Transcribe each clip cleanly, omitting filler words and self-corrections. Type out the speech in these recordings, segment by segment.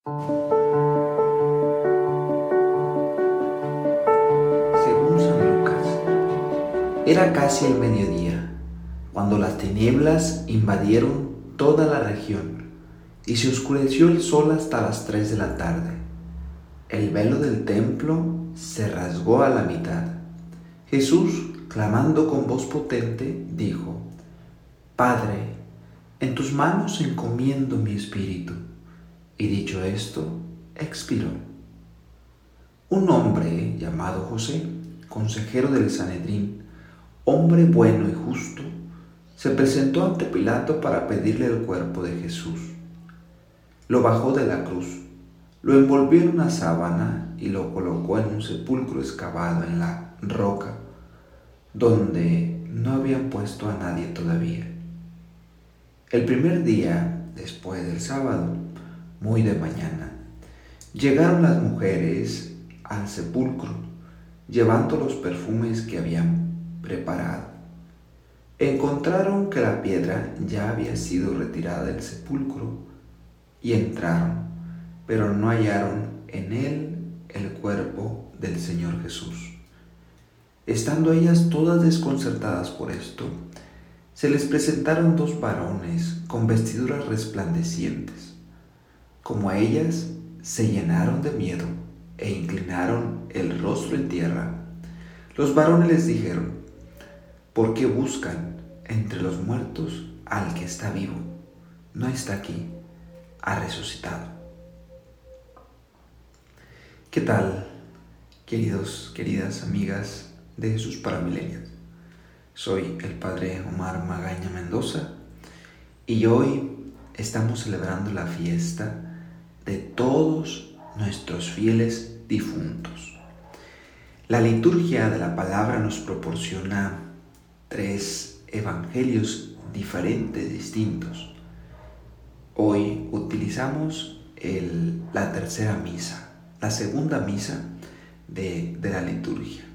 Según San Lucas, era casi el mediodía, cuando las tinieblas invadieron toda la región y se oscureció el sol hasta las 3 de la tarde. El velo del templo se rasgó a la mitad. Jesús, clamando con voz potente, dijo: Padre, en tus manos encomiendo mi espíritu. Y dicho esto, expiró. Un hombre llamado José, consejero del Sanedrín, hombre bueno y justo, se presentó ante Pilato para pedirle el cuerpo de Jesús. Lo bajó de la cruz, lo envolvió en una sábana y lo colocó en un sepulcro excavado en la roca, donde no habían puesto a nadie todavía. El primer día, después del sábado, muy de mañana, llegaron las mujeres al sepulcro, llevando los perfumes que habían preparado. Encontraron que la piedra ya había sido retirada del sepulcro y entraron, pero no hallaron en él el cuerpo del Señor Jesús. Estando ellas todas desconcertadas por esto, se les presentaron 2 varones con vestiduras resplandecientes. Como ellas, se llenaron de miedo e inclinaron el rostro en tierra. Los varones les dijeron: ¿Por qué buscan entre los muertos al que está vivo? No está aquí, ha resucitado. ¿Qué tal, queridas amigas de Jesús para Milenios? Soy el Padre Omar Magaña Mendoza y hoy estamos celebrando la fiesta de todos nuestros fieles difuntos. La liturgia de la palabra nos proporciona 3 evangelios diferentes, distintos. Hoy utilizamos la tercera misa, la segunda misa de la liturgia.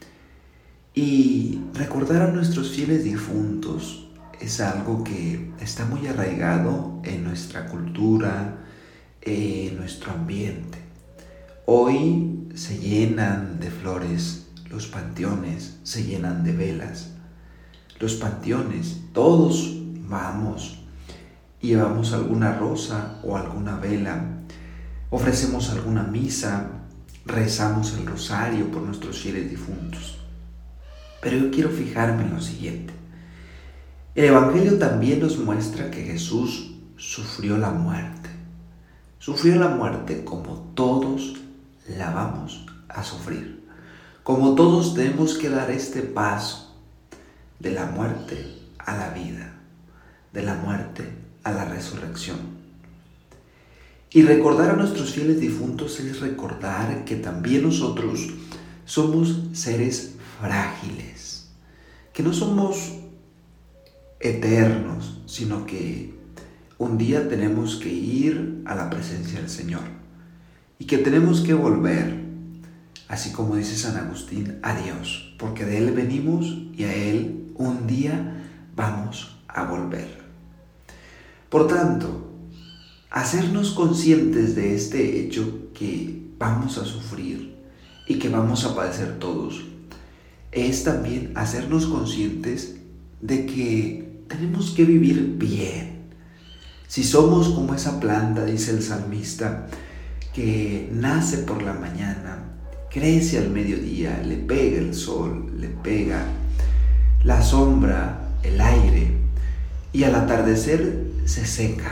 Y recordar a nuestros fieles difuntos es algo que está muy arraigado en nuestra cultura, en nuestro ambiente. Hoy se llenan de flores los panteones, se llenan de velas. Los panteones, todos vamos y llevamos alguna rosa o alguna vela, ofrecemos alguna misa, rezamos el rosario por nuestros fieles difuntos. Pero yo quiero fijarme en lo siguiente. El Evangelio también nos muestra que Jesús sufrió la muerte. Sufrió la muerte como todos la vamos a sufrir. Como todos tenemos que dar este paso de la muerte a la vida, de la muerte a la resurrección. Y recordar a nuestros fieles difuntos es recordar que también nosotros somos seres frágiles, que no somos eternos, sino que un día tenemos que ir a la presencia del Señor y que tenemos que volver, así como dice San Agustín, a Dios, porque de Él venimos y a Él un día vamos a volver. Por tanto, hacernos conscientes de este hecho que vamos a sufrir y que vamos a padecer todos, es también hacernos conscientes de que tenemos que vivir bien. Si somos como esa planta, dice el salmista, que nace por la mañana, crece al mediodía, le pega el sol, le pega la sombra, el aire, y al atardecer se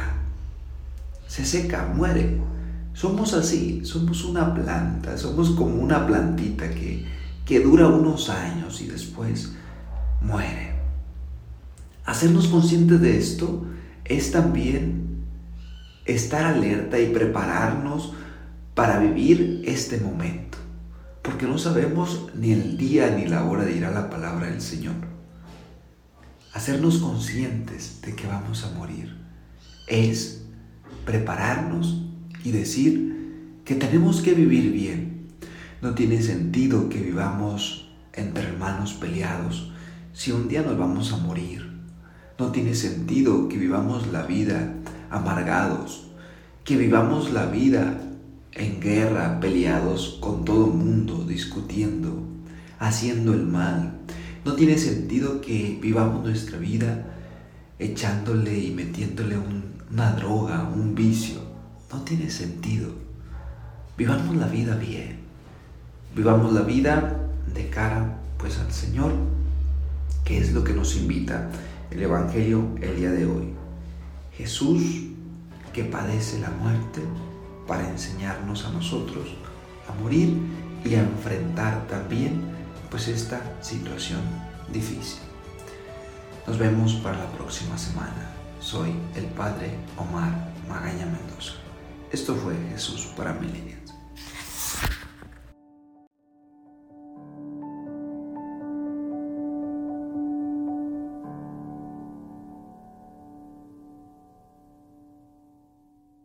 seca, muere. Somos así, somos una planta, somos como una plantita que dura unos años y después muere. Hacernos conscientes de esto es también estar alerta y prepararnos para vivir este momento, porque no sabemos ni el día ni la hora de ir a la palabra del Señor. Hacernos conscientes de que vamos a morir es prepararnos y decir que tenemos que vivir bien. No tiene sentido que vivamos entre hermanos peleados si un día nos vamos a morir. No tiene sentido que vivamos la vida amargados, que vivamos la vida en guerra, peleados con todo el mundo, discutiendo, haciendo el mal. No tiene sentido que vivamos nuestra vida echándole y metiéndole una droga, un vicio. No tiene sentido. Vivamos la vida bien. Vivamos la vida de cara pues al Señor, que es lo que nos invita el Evangelio el día de hoy. Jesús, que padece la muerte para enseñarnos a nosotros a morir y a enfrentar también pues esta situación difícil. Nos vemos para la próxima semana. Soy el Padre Omar Magaña Mendoza. Esto fue Jesús para Milenio.